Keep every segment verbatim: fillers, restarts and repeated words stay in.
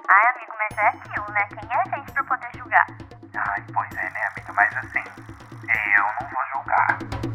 Ai, amigo, mas é aquilo, né? Quem é a gente pra poder julgar? Ai, pois é, né, amiga? Mas assim, eu não vou julgar.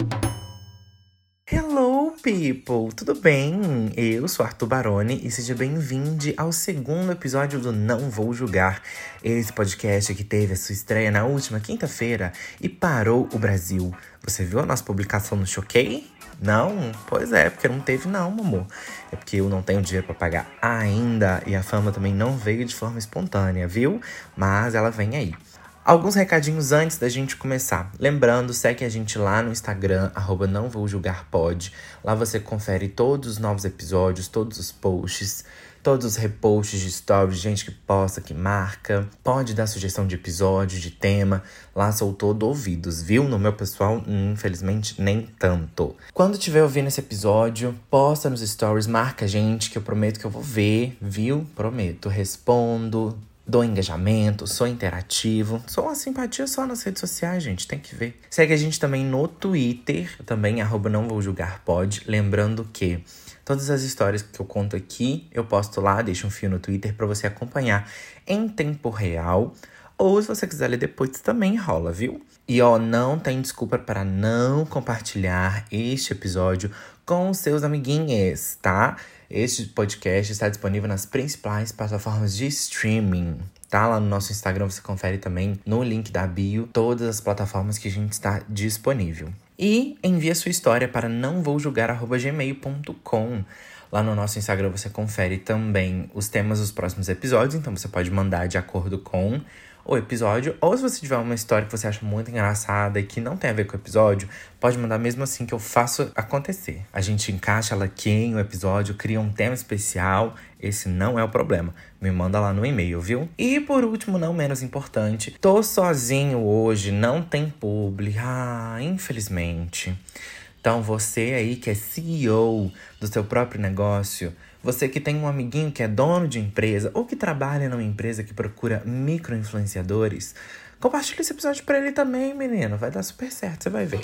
Hello, people! Tudo bem? Eu sou Arthur Baroni e seja bem-vindo ao segundo episódio do Não Vou Julgar. Esse podcast que teve a sua estreia na última quinta-feira e parou o Brasil. Você viu a nossa publicação no Choquei? Não? Pois é, porque não teve não, amor. É porque eu não tenho dinheiro pra pagar ainda e a fama também não veio de forma espontânea, viu? Mas ela vem aí. Alguns recadinhos antes da gente começar. Lembrando, segue a gente lá no Instagram, arroba não vou julgar pod. Lá você confere todos os novos episódios, todos os posts, todos os reposts de stories, gente que posta, que marca. Pode dar sugestão de episódio, de tema. Lá sou todo ouvidos, viu? No meu pessoal, infelizmente, nem tanto. Quando estiver ouvindo esse episódio, posta nos stories, marca a gente, que eu prometo que eu vou ver, viu? Prometo. Respondo. Dou engajamento, sou interativo. Sou uma simpatia só nas redes sociais, gente, tem que ver. Segue a gente também no Twitter, também, arroba não vou julgar pod. Lembrando que todas as histórias que eu conto aqui, eu posto lá, deixo um fio no Twitter pra você acompanhar em tempo real. Ou se você quiser ler depois, também rola, viu? E ó, não tem desculpa para não compartilhar este episódio com os seus amiguinhos, tá? Este podcast está disponível nas principais plataformas de streaming, tá? Lá no nosso Instagram você confere também no link da bio todas as plataformas que a gente está disponível. E envia sua história para não vou julgar arroba gmail ponto com. Lá no nosso Instagram você confere também os temas dos próximos episódios, então você pode mandar de acordo com o episódio, ou se você tiver uma história que você acha muito engraçada e que não tem a ver com o episódio, pode mandar mesmo assim que eu faço acontecer. A gente encaixa ela aqui em um episódio, cria um tema especial, esse não é o problema. Me manda lá no e-mail, viu? E por último, não menos importante, tô sozinho hoje, não tem publi, ah, infelizmente. Então você aí que é C E O do seu próprio negócio, você que tem um amiguinho que é dono de empresa ou que trabalha numa empresa que procura micro-influenciadores, compartilha esse episódio pra ele também, menino. Vai dar super certo, você vai ver.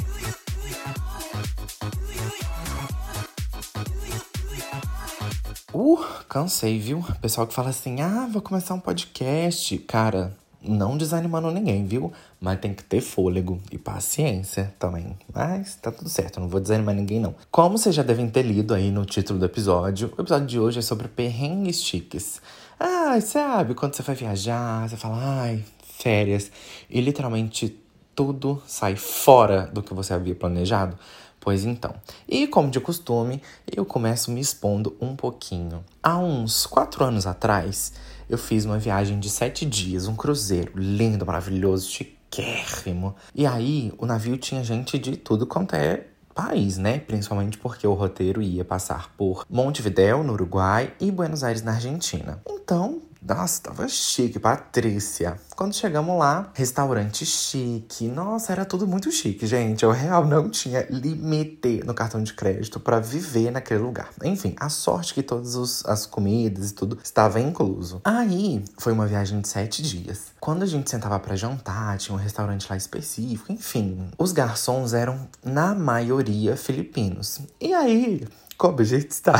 Uh, cansei, viu? Pessoal que fala assim, ah, vou começar um podcast. Cara, não desanimando ninguém, viu? Mas tem que ter fôlego e paciência também. Mas tá tudo certo, não vou desanimar ninguém, não. Como vocês já devem ter lido aí no título do episódio, o episódio de hoje é sobre perrengues chiques. Ai, sabe, quando você vai viajar, você fala, ai, férias. E literalmente tudo sai fora do que você havia planejado. Pois então. E como de costume, eu começo me expondo um pouquinho. Há uns quatro anos atrás, eu fiz uma viagem de sete dias, um cruzeiro lindo, maravilhoso, chiquérrimo. E aí, o navio tinha gente de tudo quanto é país, né? Principalmente porque o roteiro ia passar por Montevidéu, no Uruguai, e Buenos Aires, na Argentina. Então, nossa, tava chique, Patrícia. Quando chegamos lá, restaurante chique. Nossa, era tudo muito chique, gente. Eu real não tinha limite no cartão de crédito pra viver naquele lugar. Enfim, a sorte que todas os, as comidas e tudo estava incluso. Aí, foi uma viagem de sete dias. Quando a gente sentava pra jantar, tinha um restaurante lá específico. Enfim, os garçons eram, na maioria, filipinos. E aí, como a gente está...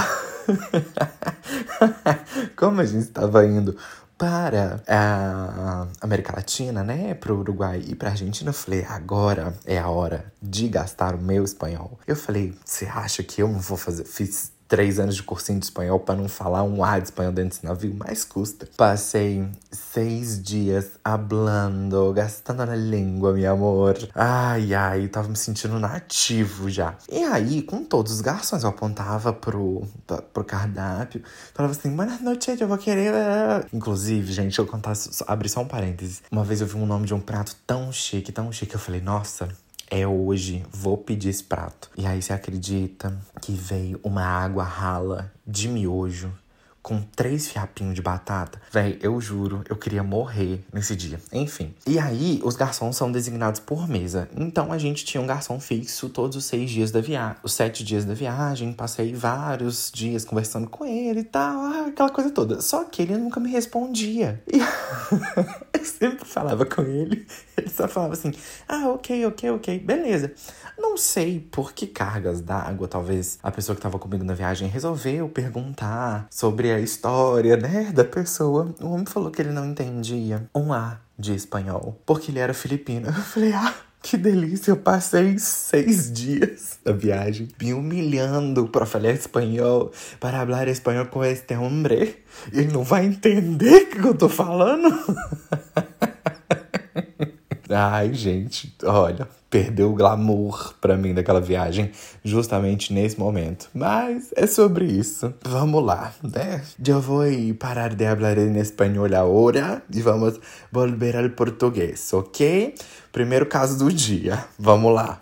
Como a gente estava indo para a América Latina, né, pro Uruguai e pra Argentina, eu falei, agora é a hora de gastar o meu espanhol. Eu falei, você acha que eu não vou fazer... Fiz três anos de cursinho de espanhol pra não falar um A de espanhol dentro desse navio, mas custa. Passei seis dias hablando, gastando a língua, meu amor. Ai, ai, tava me sentindo nativo já. E aí, com todos os garçons, eu apontava pro, pro cardápio, falava assim, buenas noches, eu vou querer... Inclusive, gente, eu contar, abrir só um parênteses. Uma vez eu vi um nome de um prato tão chique, tão chique, eu falei, nossa... É hoje, vou pedir esse prato. E aí você acredita que veio uma água rala de miojo com três fiapinhos de batata? Véi, eu juro, eu queria morrer nesse dia. Enfim. E aí, os garçons são designados por mesa. Então, a gente tinha um garçom fixo todos os seis dias da viagem. Os sete dias da viagem. Passei vários dias conversando com ele e tal. Aquela coisa toda. Só que ele nunca me respondia. E eu sempre falava com ele. Ele só falava assim, ah, ok, ok, ok, beleza. Não sei por que cargas d'água, talvez a pessoa que tava comigo na viagem resolveu perguntar sobre a história, né, da pessoa, o homem falou que ele não entendia um A de espanhol, porque ele era filipino. Eu falei, ah, que delícia, eu passei seis dias da viagem me humilhando para falar espanhol, para falar espanhol com este homem. Ele não vai entender o que eu tô falando? Ai, gente, olha, perdeu o glamour pra mim daquela viagem justamente nesse momento. Mas é sobre isso. Vamos lá, né? Eu vou parar de falar em espanhol agora e vamos volver ao português, ok? Primeiro caso do dia, vamos lá.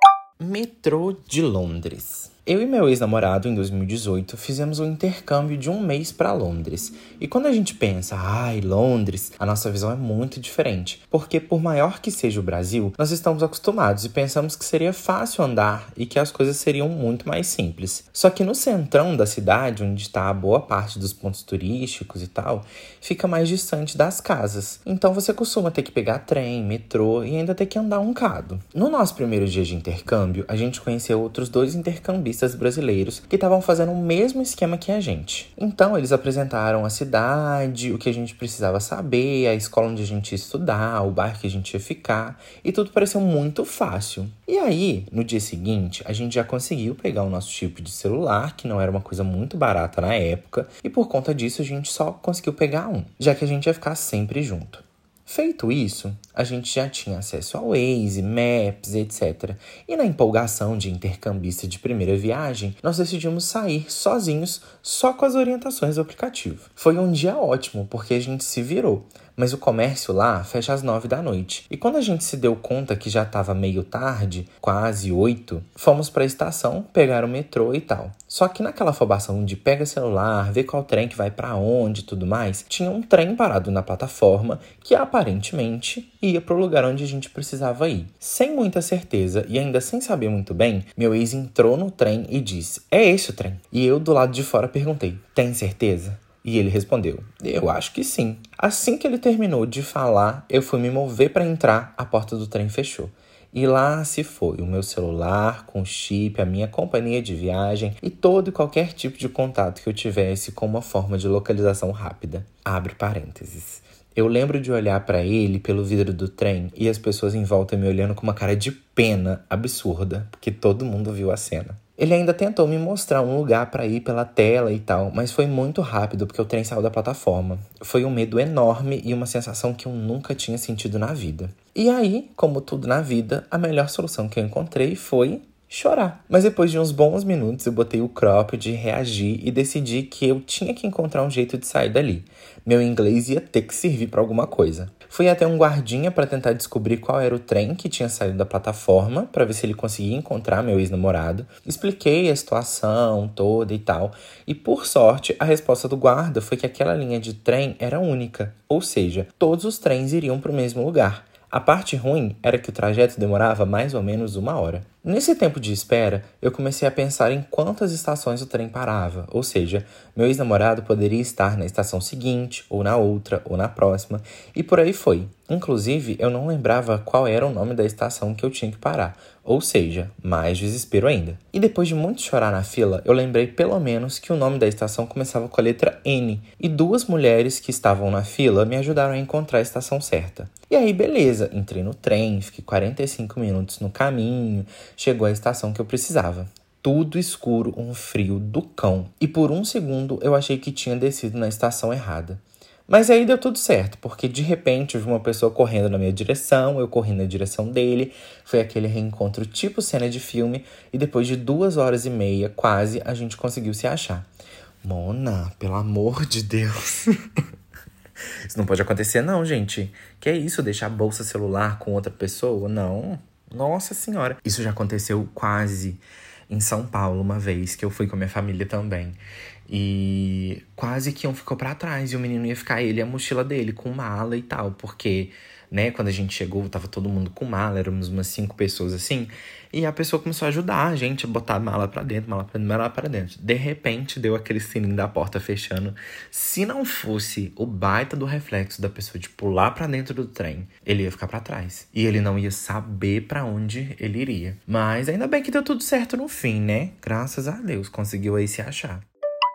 Metrô de Londres. Eu e meu ex-namorado, em dois mil e dezoito, fizemos um intercâmbio de um mês para Londres. E quando a gente pensa, ai, Londres, a nossa visão é muito diferente. Porque por maior que seja o Brasil, nós estamos acostumados e pensamos que seria fácil andar e que as coisas seriam muito mais simples. Só que no centrão da cidade, onde está a boa parte dos pontos turísticos e tal, fica mais distante das casas. Então você costuma ter que pegar trem, metrô e ainda ter que andar um bocado. No nosso primeiro dia de intercâmbio, a gente conheceu outros dois intercambistas brasileiros que estavam fazendo o mesmo esquema que a gente. Então, eles apresentaram a cidade, o que a gente precisava saber, a escola onde a gente ia estudar, o bairro que a gente ia ficar, e tudo pareceu muito fácil. E aí, no dia seguinte, a gente já conseguiu pegar o nosso chip de celular, que não era uma coisa muito barata na época, e por conta disso a gente só conseguiu pegar um, já que a gente ia ficar sempre junto. Feito isso, a gente já tinha acesso ao Waze, Maps, etcétera. E na empolgação de intercambista de primeira viagem, nós decidimos sair sozinhos, só com as orientações do aplicativo. Foi um dia ótimo, porque a gente se virou. Mas o comércio lá fecha às nove da noite. E quando a gente se deu conta que já estava meio tarde, quase oito, fomos para a estação, pegar o metrô e tal. Só que naquela afobação de pega celular, vê qual trem que vai para onde e tudo mais, tinha um trem parado na plataforma que aparentemente ia para o lugar onde a gente precisava ir. Sem muita certeza e ainda sem saber muito bem, meu ex entrou no trem e disse, é esse o trem? E eu do lado de fora perguntei, tem certeza? E ele respondeu, eu acho que sim. Assim que ele terminou de falar, eu fui me mover para entrar, a porta do trem fechou. E lá se foi o meu celular com chip, a minha companhia de viagem e todo e qualquer tipo de contato que eu tivesse com uma forma de localização rápida. Abre parênteses. Eu lembro de olhar para ele pelo vidro do trem e as pessoas em volta me olhando com uma cara de pena absurda, porque todo mundo viu a cena. Ele ainda tentou me mostrar um lugar para ir pela tela e tal, mas foi muito rápido porque o trem saiu da plataforma. Foi um medo enorme e uma sensação que eu nunca tinha sentido na vida. E aí, como tudo na vida, a melhor solução que eu encontrei foi chorar. Mas depois de uns bons minutos eu botei o cropped, reagi e decidi que eu tinha que encontrar um jeito de sair dali. Meu inglês ia ter que servir para alguma coisa. Fui até um guardinha para tentar descobrir qual era o trem que tinha saído da plataforma, para ver se ele conseguia encontrar meu ex-namorado. Expliquei a situação toda e tal. E por sorte, a resposta do guarda foi que aquela linha de trem era única. Ou seja, todos os trens iriam para o mesmo lugar. A parte ruim era que o trajeto demorava mais ou menos uma hora. Nesse tempo de espera, eu comecei a pensar em quantas estações o trem parava, ou seja, meu ex-namorado poderia estar na estação seguinte, ou na outra, ou na próxima, e por aí foi. Inclusive, eu não lembrava qual era o nome da estação que eu tinha que parar, ou seja, mais desespero ainda. E depois de muito chorar na fila, eu lembrei pelo menos que o nome da estação começava com a letra N, e duas mulheres que estavam na fila me ajudaram a encontrar a estação certa. E aí, beleza, entrei no trem, fiquei quarenta e cinco minutos no caminho, chegou a estação que eu precisava. Tudo escuro, um frio do cão. E por um segundo eu achei que tinha descido na estação errada. Mas aí deu tudo certo, porque de repente eu vi uma pessoa correndo na minha direção, eu corri na direção dele, foi aquele reencontro tipo cena de filme, e depois de duas horas e meia, quase, a gente conseguiu se achar. Mona, pelo amor de Deus. Isso não pode acontecer não, gente. Que é isso, deixar a bolsa celular com outra pessoa? Não. Nossa senhora. Isso já aconteceu quase em São Paulo uma vez, que eu fui com a minha família também. E quase que um ficou pra trás e o menino ia ficar ele e a mochila dele com mala e tal. Porque, né, quando a gente chegou, tava todo mundo com mala, éramos umas cinco pessoas assim. E a pessoa começou a ajudar a gente a botar a mala pra dentro, mala pra dentro, mala pra dentro. De repente, deu aquele sininho da porta fechando. Se não fosse o baita do reflexo da pessoa de pular pra dentro do trem, ele ia ficar pra trás. E ele não ia saber pra onde ele iria. Mas ainda bem que deu tudo certo no fim, né? Graças a Deus, conseguiu aí se achar.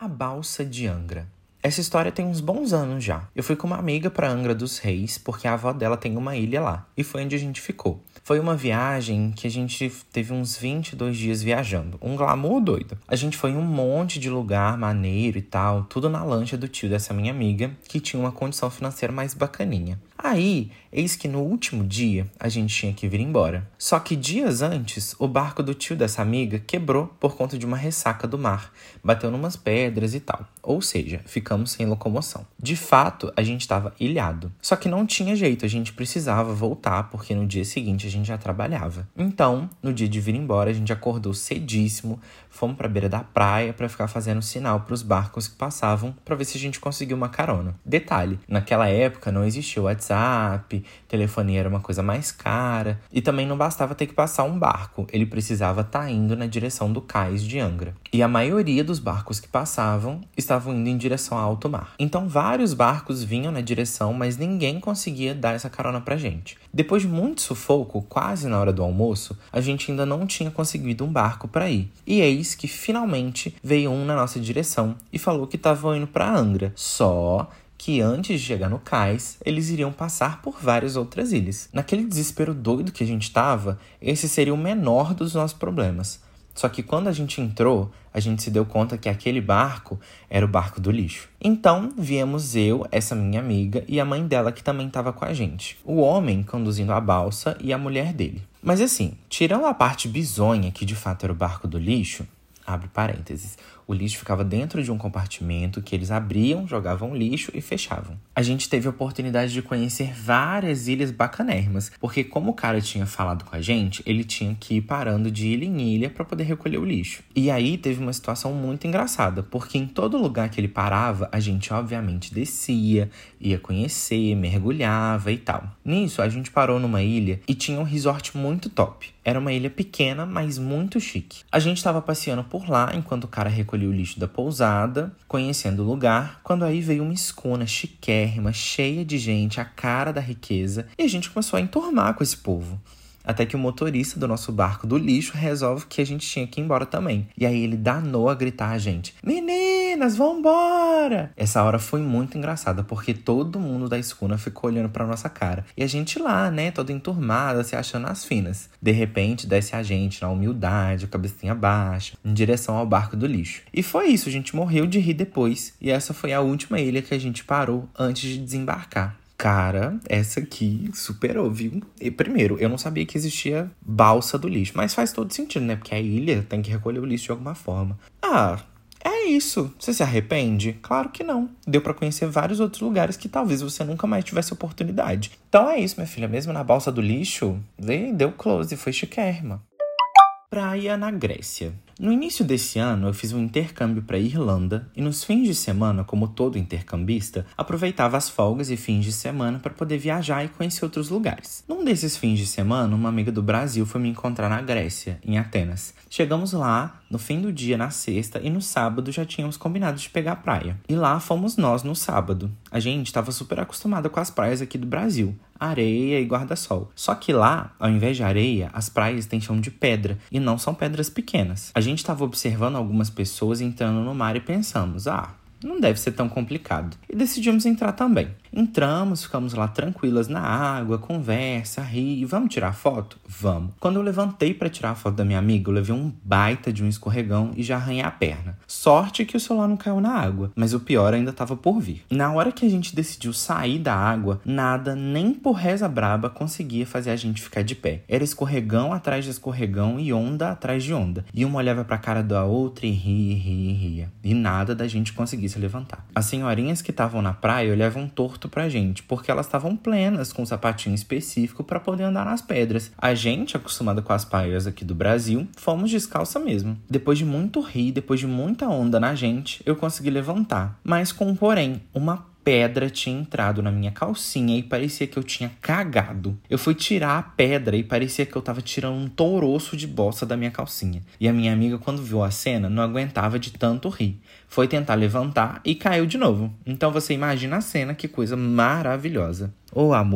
A Balsa de Angra. Essa história tem uns bons anos já. Eu fui com uma amiga pra Angra dos Reis, porque a avó dela tem uma ilha lá. E foi onde a gente ficou. Foi uma viagem que a gente teve uns vinte e dois dias viajando. Um glamour doido. A gente foi em um monte de lugar maneiro e tal. Tudo na lancha do tio dessa minha amiga, que tinha uma condição financeira mais bacaninha. Aí, eis que no último dia, a gente tinha que vir embora. Só que dias antes, o barco do tio dessa amiga quebrou por conta de uma ressaca do mar. Bateu numas pedras e tal. Ou seja, ficamos sem locomoção. De fato, a gente estava ilhado. Só que não tinha jeito, a gente precisava voltar, porque no dia seguinte a gente já trabalhava. Então, no dia de vir embora, a gente acordou cedíssimo, fomos pra beira da praia pra ficar fazendo sinal pros barcos que passavam pra ver se a gente conseguiu uma carona. Detalhe, naquela época não existia o WhatsApp, telefonia era uma coisa mais cara e também não bastava ter que passar um barco, ele precisava estar indo na direção do cais de Angra. E a maioria dos barcos que passavam estavam indo em direção ao alto mar. Então vários barcos vinham na direção, mas ninguém conseguia dar essa carona pra gente. Depois de muito sufoco, quase na hora do almoço, a gente ainda não tinha conseguido um barco pra ir. E eis que finalmente veio um na nossa direção e falou que estavam indo pra Angra. Só que antes de chegar no cais, eles iriam passar por várias outras ilhas. Naquele desespero doido que a gente tava, esse seria o menor dos nossos problemas. Só que quando a gente entrou, a gente se deu conta que aquele barco era o barco do lixo. Então, viemos eu, essa minha amiga e a mãe dela que também estava com a gente. O homem conduzindo a balsa e a mulher dele. Mas assim, tirando a parte bizonha que de fato era o barco do lixo, abre parênteses, o lixo ficava dentro de um compartimento que eles abriam, jogavam lixo e fechavam. A gente teve a oportunidade de conhecer várias ilhas bacanérrimas, porque como o cara tinha falado com a gente, ele tinha que ir parando de ilha em ilha para poder recolher o lixo. E aí teve uma situação muito engraçada, porque em todo lugar que ele parava, a gente obviamente descia, ia conhecer, mergulhava e tal. Nisso, a gente parou numa ilha e tinha um resort muito top. Era uma ilha pequena, mas muito chique. A gente estava passeando por lá enquanto o cara recolhia o lixo da pousada, conhecendo o lugar, quando aí veio uma escuna chiquérrima, cheia de gente, a cara da riqueza, e a gente começou a enturmar com esse povo. Até que o motorista do nosso barco do lixo resolve que a gente tinha que ir embora também. E aí ele danou a gritar a gente: meninas, vambora! Essa hora foi muito engraçada, porque todo mundo da escuna ficou olhando pra nossa cara. E a gente lá, né, toda enturmada, se achando as finas. De repente, desce a gente na humildade, a cabecinha baixa, em direção ao barco do lixo. E foi isso, a gente morreu de rir depois. E essa foi a última ilha que a gente parou antes de desembarcar. Cara, essa aqui superou, viu? E, primeiro, eu não sabia que existia balsa do lixo. Mas faz todo sentido, né? Porque a ilha tem que recolher o lixo de alguma forma. Ah, é isso. Você se arrepende? Claro que não. Deu pra conhecer vários outros lugares que talvez você nunca mais tivesse oportunidade. Então é isso, minha filha. Mesmo na balsa do lixo, deu close, foi chiquérrima. Praia na Grécia. No início desse ano, eu fiz um intercâmbio para Irlanda e nos fins de semana, como todo intercambista, aproveitava as folgas e fins de semana para poder viajar e conhecer outros lugares. Num desses fins de semana, uma amiga do Brasil foi me encontrar na Grécia, em Atenas. Chegamos lá no fim do dia, na sexta, e no sábado já tínhamos combinado de pegar a praia. E lá fomos nós no sábado. A gente estava super acostumada com as praias aqui do Brasil. Areia e guarda-sol. Só que lá, ao invés de areia, as praias têm chão de pedra, e não são pedras pequenas. A gente estava observando algumas pessoas entrando no mar e pensamos, ah, não deve ser tão complicado. E decidimos entrar também. Entramos, ficamos lá tranquilas na água, conversa, ri. Vamos tirar foto? Vamos. Quando eu levantei para tirar a foto da minha amiga, eu levei um baita de um escorregão e já arranhei a perna. Sorte que o celular não caiu na água, mas o pior ainda estava por vir. Na hora que a gente decidiu sair da água, nada, nem por reza braba, conseguia fazer a gente ficar de pé. Era escorregão atrás de escorregão e onda atrás de onda. E uma olhava pra cara da outra e ria, ria, ria. E nada da gente conseguir se levantar. As senhorinhas que estavam na praia olhavam torto pra gente, porque elas estavam plenas com um sapatinho específico pra poder andar nas pedras. A gente, acostumada com as praias aqui do Brasil, fomos descalça mesmo. Depois de muito rir, depois de muita onda na gente, eu consegui levantar. Mas com um porém, uma pedra tinha entrado na minha calcinha e parecia que eu tinha cagado. Eu fui tirar a pedra e parecia que eu tava tirando um touriço de bosta da minha calcinha. E a minha amiga, quando viu a cena, não aguentava de tanto rir. Foi tentar levantar e caiu de novo. Então você imagina a cena, que coisa maravilhosa. Ô amor,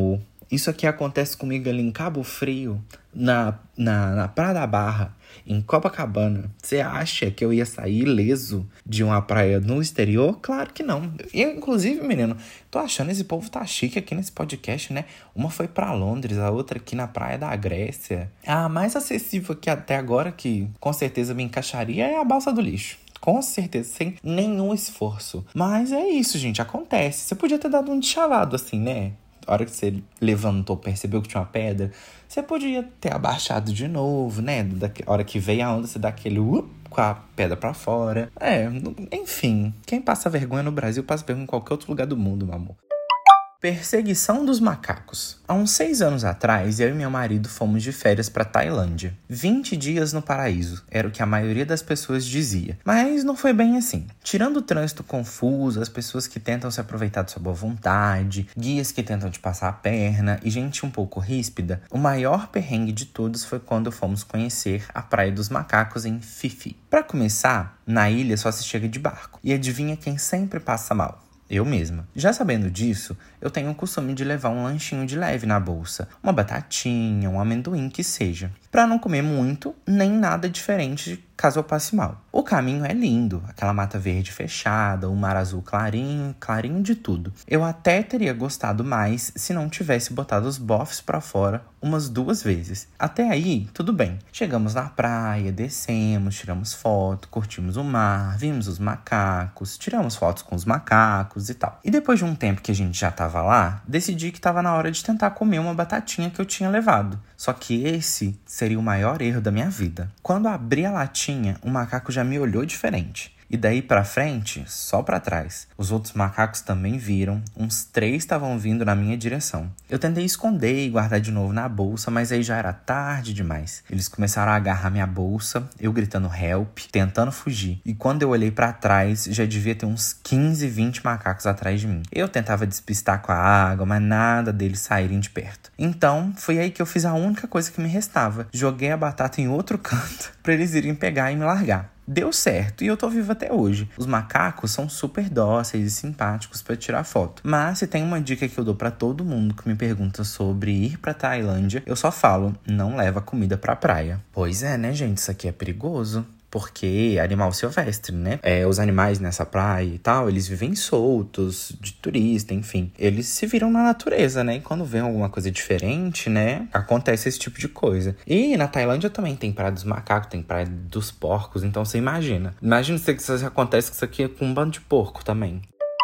Isso aqui acontece comigo ali em Cabo Frio, na, na, na Praia da Barra, em Copacabana. Você acha que eu ia sair ileso de uma praia no exterior? Claro que não. Eu, inclusive, menino, tô achando esse povo tá chique aqui nesse podcast, né? Uma foi pra Londres, a outra aqui na praia da Grécia. A mais acessível aqui até agora, que com certeza me encaixaria, é a Balsa do Lixo. Com certeza, sem nenhum esforço. Mas é isso, gente, acontece. Você podia ter dado um chalado assim, né? A hora que você levantou, percebeu que tinha uma pedra, você podia ter abaixado de novo, né? Da hora que veio a onda, você dá aquele up com a pedra pra fora. É, enfim. Quem passa vergonha no Brasil, passa vergonha em qualquer outro lugar do mundo, meu amor. Perseguição dos macacos. Há uns seis anos atrás, eu e meu marido fomos de férias para Tailândia. vinte dias no paraíso, era o que a maioria das pessoas dizia. Mas não foi bem assim. Tirando o trânsito confuso, as pessoas que tentam se aproveitar de sua boa vontade, guias que tentam te passar a perna e gente um pouco ríspida, o maior perrengue de todos foi quando fomos conhecer a Praia dos Macacos em Phi Phi. Para começar, na ilha só se chega de barco. E adivinha quem sempre passa mal? Eu mesma. Já sabendo disso, eu tenho o costume de levar um lanchinho de leve na bolsa. Uma batatinha, um amendoim, que seja. Pra não comer muito, nem nada diferente caso eu passe mal. O caminho é lindo. Aquela mata verde fechada, o mar azul clarinho, clarinho de tudo. Eu até teria gostado mais se não tivesse botado os bofs pra fora umas duas vezes. Até aí, tudo bem. Chegamos na praia, descemos, tiramos foto, curtimos o mar, vimos os macacos, tiramos fotos com os macacos e tal. E depois de um tempo que a gente já tava lá, decidi que tava na hora de tentar comer uma batatinha que eu tinha levado. Só que esse seria o maior erro da minha vida. Quando abri a latinha, o macaco já me olhou diferente. E daí pra frente, só pra trás. Os outros macacos também viram. Uns três estavam vindo na minha direção. Eu tentei esconder e guardar de novo na bolsa, mas aí já era tarde demais. Eles começaram a agarrar minha bolsa, eu gritando help, tentando fugir. E quando eu olhei pra trás, já devia ter uns quinze, vinte macacos atrás de mim. Eu tentava despistar com a água, mas nada deles saírem de perto. Então, foi aí que eu fiz a única coisa que me restava. Joguei a batata em outro canto pra eles irem pegar e me largar. Deu certo e eu tô vivo até hoje. Os macacos são super dóceis e simpáticos pra tirar foto. Mas se tem uma dica que eu dou pra todo mundo que me pergunta sobre ir pra Tailândia, eu só falo, não leva comida pra praia. Pois é, né, gente? Isso aqui é perigoso. Porque é animal silvestre, né? É, os animais nessa praia e tal, eles vivem soltos, de turista, enfim. Eles se viram na natureza, né? E quando vem alguma coisa diferente, né? Acontece esse tipo de coisa. E na Tailândia também tem praia dos macacos, tem praia dos porcos. Então você imagina. Imagina se isso acontece com isso aqui com um bando de porco também.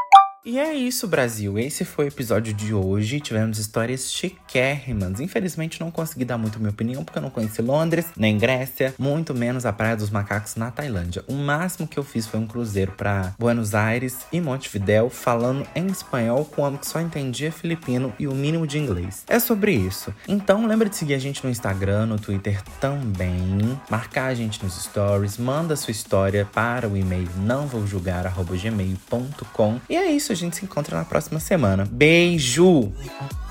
E é isso, Brasil. Esse foi o episódio de hoje. Tivemos histórias chiquérrimas. Infelizmente, não consegui dar muito a minha opinião, porque eu não conheci Londres, nem Grécia, muito menos a Praia dos Macacos na Tailândia. O máximo que eu fiz foi um cruzeiro pra Buenos Aires e Montevidéu, falando em espanhol com um homem que só entendia filipino e o mínimo de inglês. É sobre isso. Então, lembra de seguir a gente no Instagram, no Twitter também. Marcar a gente nos stories. Manda sua história para o e-mail não vou julgar arroba gmail ponto com. E é isso. A gente se encontra na próxima semana. Beijo!